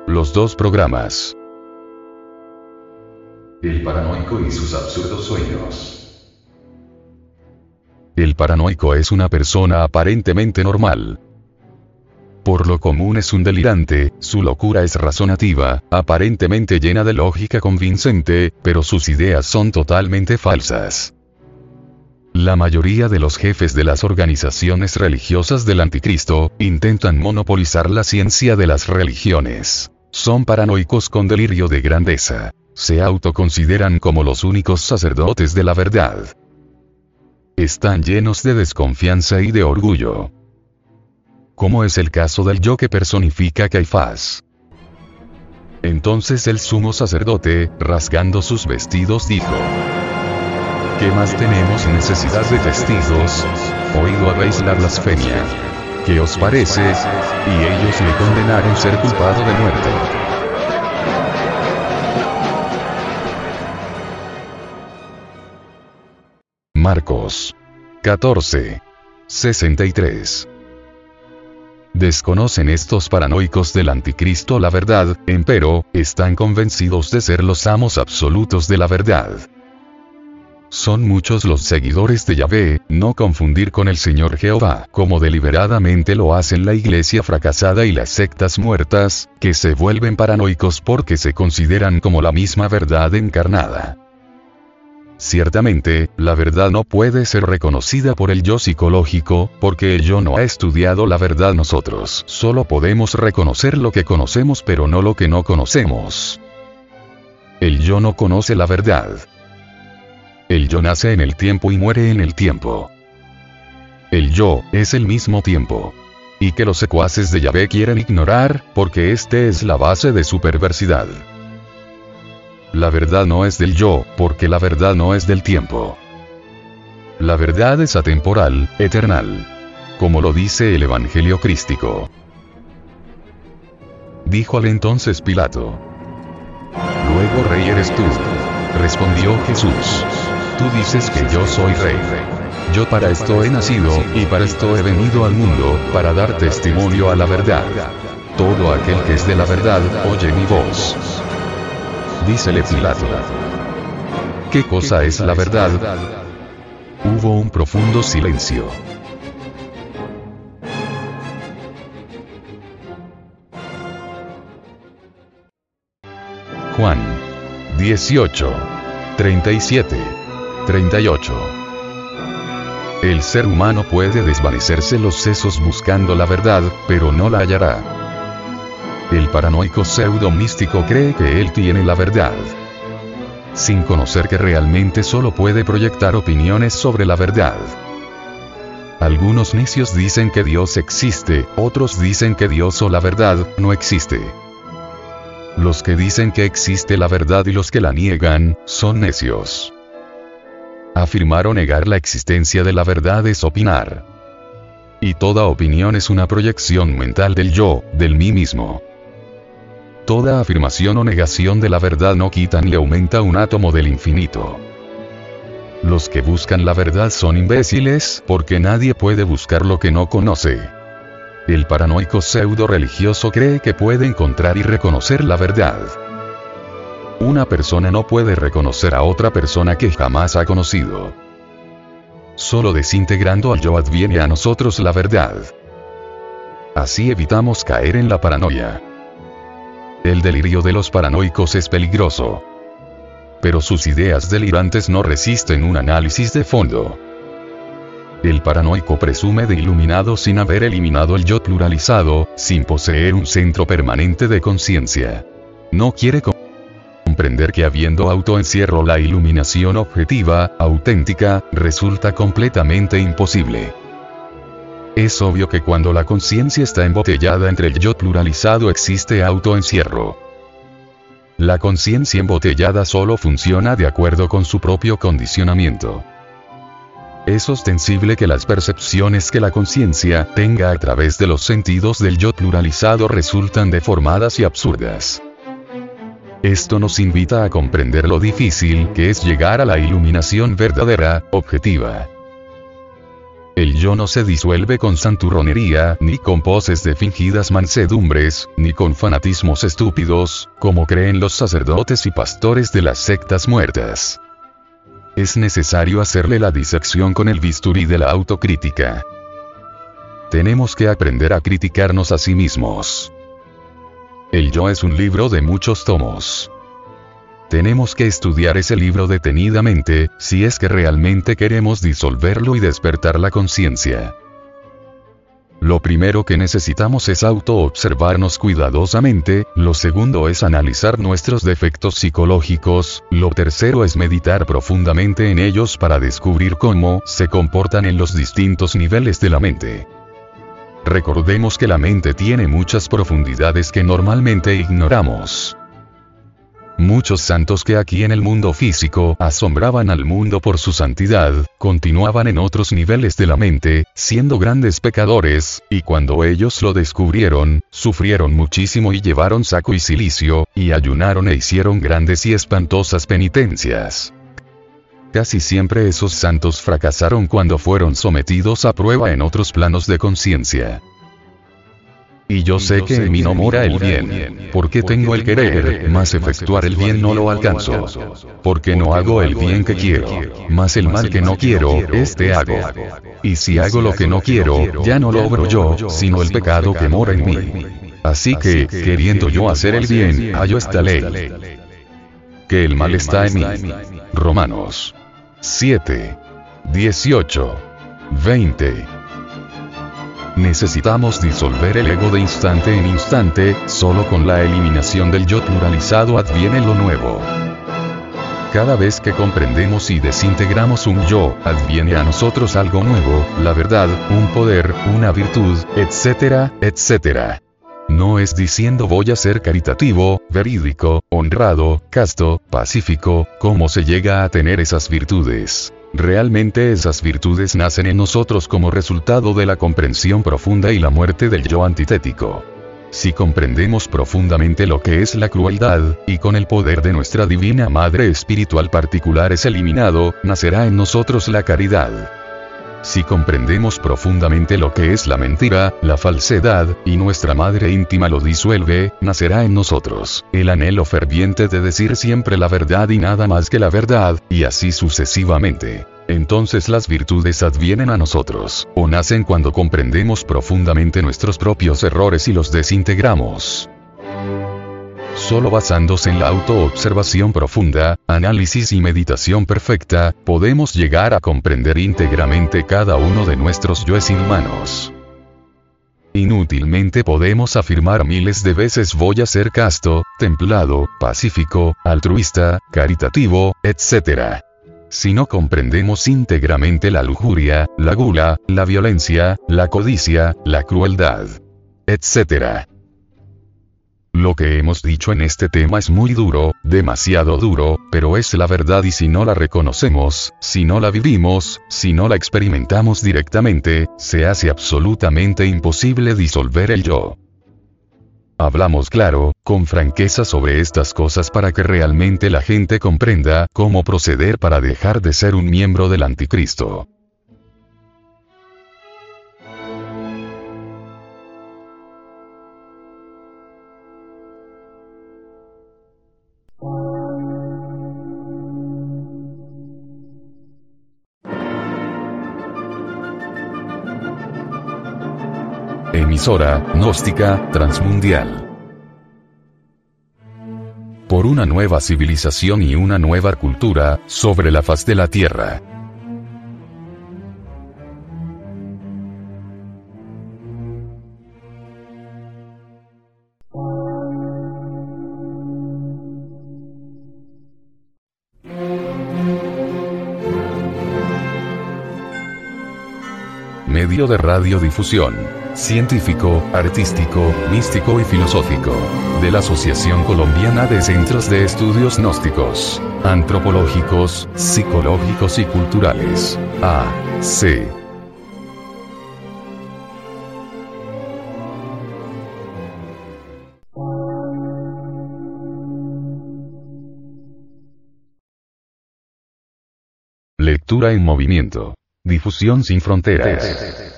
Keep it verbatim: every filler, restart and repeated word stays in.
Los dos programas. El paranoico y sus absurdos sueños. El paranoico es una persona aparentemente normal. Por lo común es un delirante, su locura es razonativa, aparentemente llena de lógica convincente, pero sus ideas son totalmente falsas. La mayoría de los jefes de las organizaciones religiosas del anticristo, intentan monopolizar la ciencia de las religiones. Son paranoicos con delirio de grandeza. Se autoconsideran como los únicos sacerdotes de la verdad. Están llenos de desconfianza y de orgullo. Como es el caso del yo que personifica Caifás. Entonces el sumo sacerdote, rasgando sus vestidos, dijo: ¿Qué más tenemos necesidad de testigos? Oído habéis la blasfemia. ¿Qué os parece? Y ellos le condenaron ser culpado de muerte. Marcos catorce, sesenta y tres. Desconocen estos paranoicos del anticristo la verdad, empero, están convencidos de ser los amos absolutos de la verdad. Son muchos los seguidores de Yahvé, no confundir con el Señor Jehová, como deliberadamente lo hacen la iglesia fracasada y las sectas muertas, que se vuelven paranoicos porque se consideran como la misma verdad encarnada. Ciertamente, la verdad no puede ser reconocida por el yo psicológico, porque el yo no ha estudiado la verdad. Nosotros solo podemos reconocer lo que conocemos pero no lo que no conocemos. El yo no conoce la verdad. El yo nace en el tiempo y muere en el tiempo. El yo es el mismo tiempo. Y que los secuaces de Yahvé quieren ignorar, porque este es la base de su perversidad. La verdad no es del yo, porque la verdad no es del tiempo. La verdad es atemporal, eternal. Como lo dice el Evangelio crístico. Díjole entonces Pilato: ¿Luego rey eres tú? Respondió Jesús: Tú dices que yo soy rey. Yo para esto he nacido, y para esto he venido al mundo, para dar testimonio a la verdad. Todo aquel que es de la verdad, oye mi voz. Dícele Pilato: ¿Qué cosa es la verdad? Hubo un profundo silencio. Juan dieciocho, treinta y siete, treinta y ocho. El ser humano puede desvanecerse los sesos buscando la verdad, pero no la hallará. El paranoico pseudo-místico cree que él tiene la verdad, sin conocer que realmente solo puede proyectar opiniones sobre la verdad. Algunos necios dicen que Dios existe, otros dicen que Dios o la verdad no existe. Los que dicen que existe la verdad y los que la niegan, son necios. Afirmar o negar la existencia de la verdad es opinar. Y toda opinión es una proyección mental del yo, del mí mismo. Toda afirmación o negación de la verdad no quita ni aumenta un átomo del infinito. Los que buscan la verdad son imbéciles, porque nadie puede buscar lo que no conoce. El paranoico pseudo-religioso cree que puede encontrar y reconocer la verdad. Una persona no puede reconocer a otra persona que jamás ha conocido. Solo desintegrando al yo adviene a nosotros la verdad. Así evitamos caer en la paranoia. El delirio de los paranoicos es peligroso. Pero sus ideas delirantes no resisten un análisis de fondo. El paranoico presume de iluminado sin haber eliminado el yo pluralizado, sin poseer un centro permanente de conciencia. No quiere comprender que habiendo autoencierro la iluminación objetiva, auténtica, resulta completamente imposible. Es obvio que cuando la conciencia está embotellada entre el yo pluralizado existe autoencierro. La conciencia embotellada solo funciona de acuerdo con su propio condicionamiento. Es ostensible que las percepciones que la conciencia tenga a través de los sentidos del yo pluralizado resultan deformadas y absurdas. Esto nos invita a comprender lo difícil que es llegar a la iluminación verdadera, objetiva. El yo no se disuelve con santurronería, ni con poses de fingidas mansedumbres, ni con fanatismos estúpidos, como creen los sacerdotes y pastores de las sectas muertas. Es necesario hacerle la disección con el bisturí de la autocrítica. Tenemos que aprender a criticarnos a sí mismos. El yo es un libro de muchos tomos. Tenemos que estudiar ese libro detenidamente, si es que realmente queremos disolverlo y despertar la conciencia. Lo primero que necesitamos es auto-observarnos cuidadosamente, lo segundo es analizar nuestros defectos psicológicos, lo tercero es meditar profundamente en ellos para descubrir cómo se comportan en los distintos niveles de la mente. Recordemos que la mente tiene muchas profundidades que normalmente ignoramos. Muchos santos que aquí en el mundo físico asombraban al mundo por su santidad, continuaban en otros niveles de la mente, siendo grandes pecadores, y cuando ellos lo descubrieron, sufrieron muchísimo y llevaron saco y cilicio, y ayunaron e hicieron grandes y espantosas penitencias. Casi siempre esos santos fracasaron cuando fueron sometidos a prueba en otros planos de conciencia. Y yo sé que en mí no mora el bien, porque tengo el querer, mas efectuar el bien no lo alcanzo. Porque no hago el bien que quiero, mas el mal que no quiero, este hago. Y si hago lo que no quiero, ya no lo obro yo, sino el pecado que mora en mí. Así que, queriendo yo hacer el bien, hallo esta ley. Que el mal está en mí. Romanos siete, dieciocho, veinte. Necesitamos disolver el ego de instante en instante, solo con la eliminación del yo pluralizado adviene lo nuevo. Cada vez que comprendemos y desintegramos un yo, adviene a nosotros algo nuevo, la verdad, un poder, una virtud, etcétera, etcétera. No es diciendo voy a ser caritativo, verídico, honrado, casto, pacífico, cómo se llega a tener esas virtudes. Realmente esas virtudes nacen en nosotros como resultado de la comprensión profunda y la muerte del yo antitético. Si comprendemos profundamente lo que es la crueldad, y con el poder de nuestra divina Madre Espiritual particular es eliminado, nacerá en nosotros la caridad. Si comprendemos profundamente lo que es la mentira, la falsedad, y nuestra madre íntima lo disuelve, nacerá en nosotros el anhelo ferviente de decir siempre la verdad y nada más que la verdad, y así sucesivamente. Entonces las virtudes advienen a nosotros, o nacen cuando comprendemos profundamente nuestros propios errores y los desintegramos. Solo basándose en la autoobservación profunda, análisis y meditación perfecta, podemos llegar a comprender íntegramente cada uno de nuestros yoes inhumanos. Inútilmente podemos afirmar miles de veces voy a ser casto, templado, pacífico, altruista, caritativo, etcétera. Si no comprendemos íntegramente la lujuria, la gula, la violencia, la codicia, la crueldad, etcétera. Lo que hemos dicho en este tema es muy duro, demasiado duro, pero es la verdad y si no la reconocemos, si no la vivimos, si no la experimentamos directamente, se hace absolutamente imposible disolver el yo. Hablamos claro, con franqueza sobre estas cosas para que realmente la gente comprenda cómo proceder para dejar de ser un miembro del anticristo. Emisora gnóstica transmundial. Por una nueva civilización y una nueva cultura sobre la faz de la Tierra. Medio de radiodifusión, científico, artístico, místico y filosófico, de la Asociación Colombiana de Centros de Estudios Gnósticos, Antropológicos, Psicológicos y Culturales, A C Lectura en movimiento. Difusión sin fronteras.